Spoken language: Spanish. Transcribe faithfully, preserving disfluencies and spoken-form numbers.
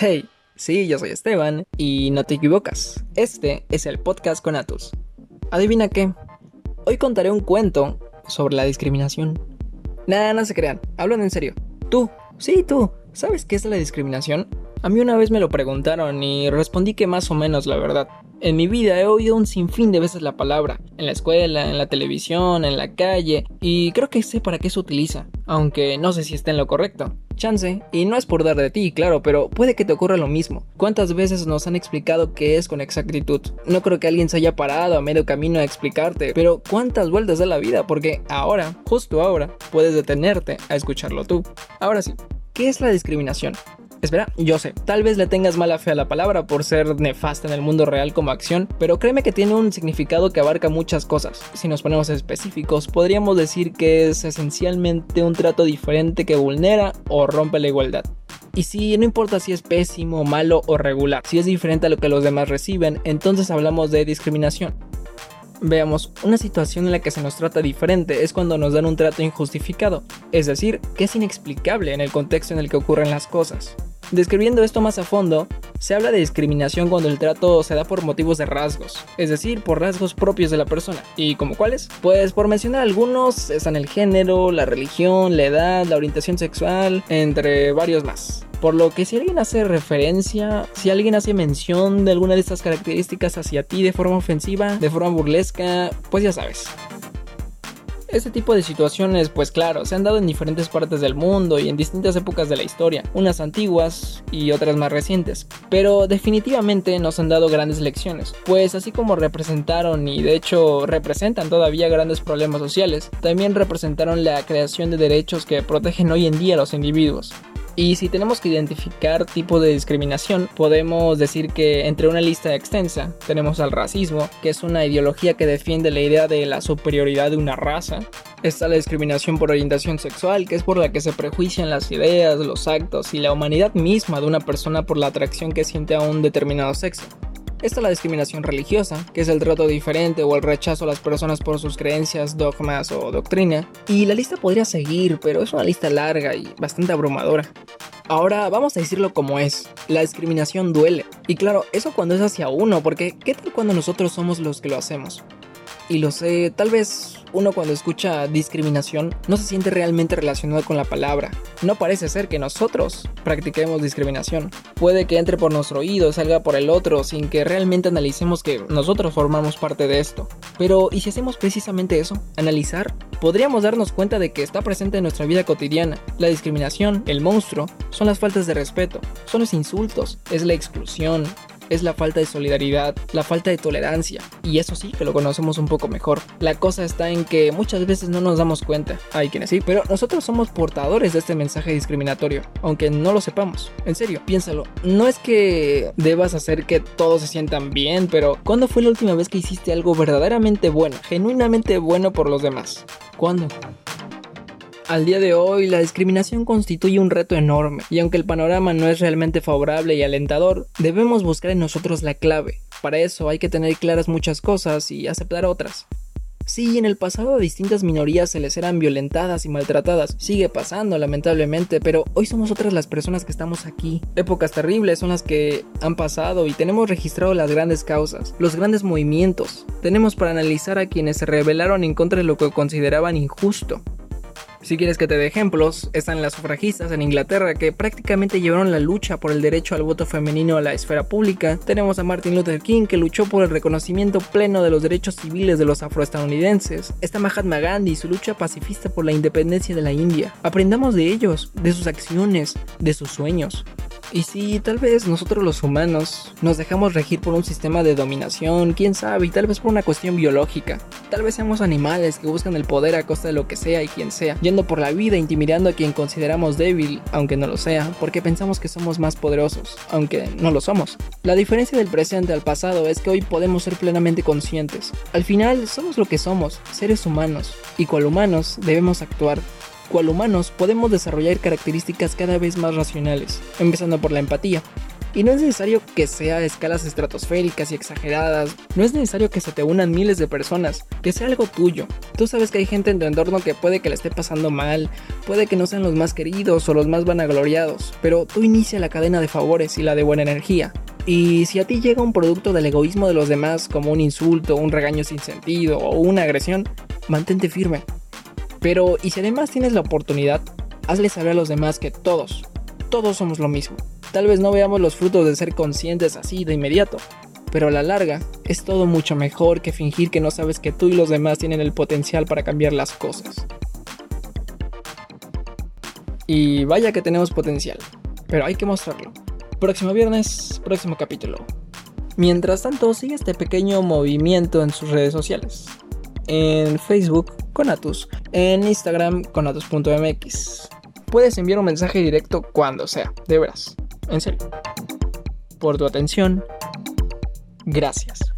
Hey, sí, yo soy Esteban, y no te equivocas, este es el podcast con Atus. ¿Adivina qué? Hoy contaré un cuento sobre la discriminación. Nah, no se crean, hablan en serio. Tú, sí tú, ¿sabes qué es la discriminación? A mí una vez me lo preguntaron y respondí que más o menos la verdad. En mi vida he oído un sinfín de veces la palabra, en la escuela, en la televisión, en la calle, y creo que sé para qué se utiliza, aunque no sé si está en lo correcto. Chance, y no es por dar de ti, claro, pero puede que te ocurra lo mismo. ¿Cuántas veces nos han explicado qué es con exactitud? No creo que alguien se haya parado a medio camino a explicarte, pero ¿cuántas vueltas da la vida? Porque ahora, justo ahora, puedes detenerte a escucharlo tú. Ahora sí, ¿qué es la discriminación? Espera, yo sé, tal vez le tengas mala fe a la palabra por ser nefasta en el mundo real como acción, pero créeme que tiene un significado que abarca muchas cosas. Si nos ponemos específicos, podríamos decir que es esencialmente un trato diferente que vulnera o rompe la igualdad. Y si no importa si es pésimo, malo o regular, si es diferente a lo que los demás reciben, entonces hablamos de discriminación. Veamos, una situación en la que se nos trata diferente es cuando nos dan un trato injustificado, es decir, que es inexplicable en el contexto en el que ocurren las cosas. Describiendo esto más a fondo, se habla de discriminación cuando el trato se da por motivos de rasgos, es decir, por rasgos propios de la persona. ¿Y como cuáles? Pues por mencionar algunos, están el género, la religión, la edad, la orientación sexual, entre varios más. Por lo que si alguien hace referencia, si alguien hace mención de alguna de estas características hacia ti de forma ofensiva, de forma burlesca, pues ya sabes. Este tipo de situaciones, pues claro, se han dado en diferentes partes del mundo y en distintas épocas de la historia, unas antiguas y otras más recientes, pero definitivamente nos han dado grandes lecciones, pues así como representaron y de hecho representan todavía grandes problemas sociales, también representaron la creación de derechos que protegen hoy en día a los individuos. Y si tenemos que identificar tipo de discriminación, podemos decir que entre una lista extensa tenemos al racismo, que es una ideología que defiende la idea de la superioridad de una raza. Está la discriminación por orientación sexual, que es por la que se prejuician las ideas, los actos y la humanidad misma de una persona por la atracción que siente a un determinado sexo. Está la discriminación religiosa, que es el trato diferente o el rechazo a las personas por sus creencias, dogmas o doctrina. Y la lista podría seguir, pero es una lista larga y bastante abrumadora. Ahora vamos a decirlo como es, la discriminación duele. Y claro, eso cuando es hacia uno, porque ¿qué tal cuando nosotros somos los que lo hacemos? Y lo sé, tal vez uno cuando escucha discriminación no se siente realmente relacionado con la palabra. No parece ser que nosotros practiquemos discriminación. Puede que entre por nuestro oído, salga por el otro, sin que realmente analicemos que nosotros formamos parte de esto. Pero, ¿y si hacemos precisamente eso? Analizar. Podríamos darnos cuenta de que está presente en nuestra vida cotidiana. La discriminación, el monstruo, son las faltas de respeto, son los insultos, es la exclusión, es la falta de solidaridad, la falta de tolerancia, y eso sí que lo conocemos un poco mejor. La cosa está en que muchas veces no nos damos cuenta, hay quienes sí, pero nosotros somos portadores de este mensaje discriminatorio, aunque no lo sepamos. En serio, piénsalo, no es que debas hacer que todos se sientan bien, pero ¿cuándo fue la última vez que hiciste algo verdaderamente bueno, genuinamente bueno por los demás? ¿Cuándo? Al día de hoy, la discriminación constituye un reto enorme, y aunque el panorama no es realmente favorable y alentador, debemos buscar en nosotros la clave. Para eso hay que tener claras muchas cosas y aceptar otras. Sí, en el pasado a distintas minorías se les eran violentadas y maltratadas, sigue pasando lamentablemente, pero hoy somos otras las personas que estamos aquí. Épocas terribles son las que han pasado y tenemos registrado las grandes causas, los grandes movimientos. Tenemos para analizar a quienes se rebelaron en contra de lo que consideraban injusto. Si quieres que te dé ejemplos, están las sufragistas en Inglaterra que prácticamente llevaron la lucha por el derecho al voto femenino a la esfera pública. Tenemos a Martin Luther King que luchó por el reconocimiento pleno de los derechos civiles de los afroestadounidenses. Está Mahatma Gandhi y su lucha pacifista por la independencia de la India. Aprendamos de ellos, de sus acciones, de sus sueños. Y si tal vez nosotros los humanos nos dejamos regir por un sistema de dominación, quién sabe, y tal vez por una cuestión biológica. Tal vez seamos animales que buscan el poder a costa de lo que sea y quien sea, yendo por la vida intimidando a quien consideramos débil, aunque no lo sea, porque pensamos que somos más poderosos, aunque no lo somos. La diferencia del presente al pasado es que hoy podemos ser plenamente conscientes. Al final somos lo que somos, seres humanos, y cual humanos debemos actuar. Cual humanos podemos desarrollar características cada vez más racionales, empezando por la empatía. Y no es necesario que sea a escalas estratosféricas y exageradas, no es necesario que se te unan miles de personas, que sea algo tuyo. Tú sabes que hay gente en tu entorno que puede que le esté pasando mal, puede que no sean los más queridos o los más vanagloriados, pero tú inicia la cadena de favores y la de buena energía. Y si a ti llega un producto del egoísmo de los demás como un insulto, un regaño sin sentido o una agresión, mantente firme. Pero, y si además tienes la oportunidad, hazle saber a los demás que todos, todos somos lo mismo. Tal vez no veamos los frutos de ser conscientes así de inmediato, pero a la larga es todo mucho mejor que fingir que no sabes que tú y los demás tienen el potencial para cambiar las cosas. Y vaya que tenemos potencial, pero hay que mostrarlo. Próximo viernes, próximo capítulo. Mientras tanto, sigue este pequeño movimiento en sus redes sociales. En Facebook, Conatus. En Instagram, conatus punto m x. Puedes enviar un mensaje directo cuando sea, de veras. En serio. Por tu atención, gracias.